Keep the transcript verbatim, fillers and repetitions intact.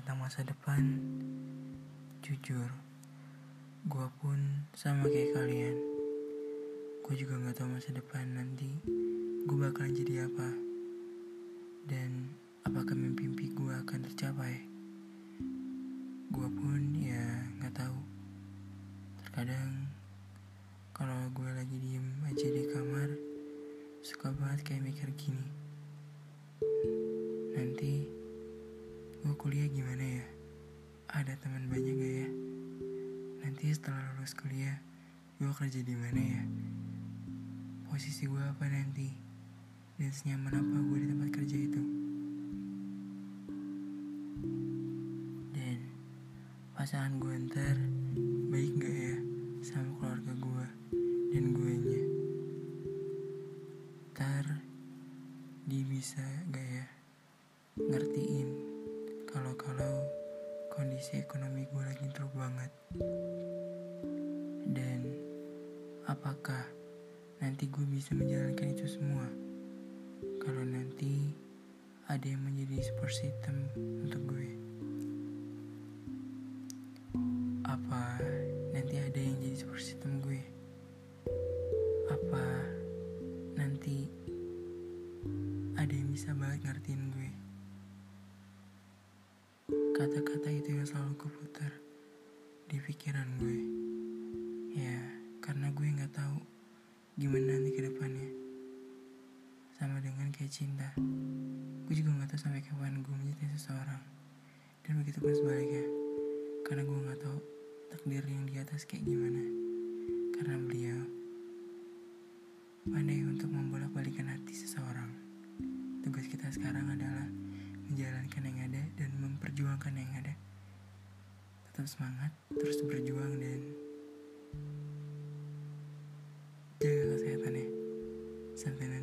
tentang masa depan, jujur, gue pun sama kayak kalian. Gue juga gak tahu masa depan nanti gue bakalan jadi apa, dan apakah mimpi-mimpi gue akan tercapai. Gue pun ya gak tahu. Terkadang kalau gue lagi diem aja di kamar, suka banget kayak mikir gini, nanti gue kuliah gimana ya? Ada teman banyak gak ya? Nanti setelah lulus kuliah, gue kerja di mana ya? Posisi gue apa nanti? Dan senyaman apa gue di tempat kerja itu? Dan pasangan gue ntar baik gak ya sama keluarga gue dan guenya? Ntar dia bisa gak ya ngertiin kalau-kalau kondisi ekonomi gue lagi drop banget? Dan apakah nanti gue bisa menjalankan itu semua kalau nanti ada yang menjadi support system untuk gue? Apa nanti ada yang jadi support system gue? Apa nanti ada yang bisa banget ngertiin gue? Kata-kata itu yang selalu gue putar di pikiran gue. Ya, karena gue gak tahu gimana nanti ke depannya. Sama dengan kayak cinta, gue juga gak tahu sampai kapan gue mencintai seseorang. Dan begitu pun sebaliknya, karena gue gak tahu takdir yang di atas kayak gimana. Karena beliau pandai untuk membolak-balikan hati seseorang. Tugas kita sekarang adalah menjalankan yang ada dan memperjuangkan yang ada. Tetap semangat, terus berjuang, dan jaga kesehatannya. Sampai nanti.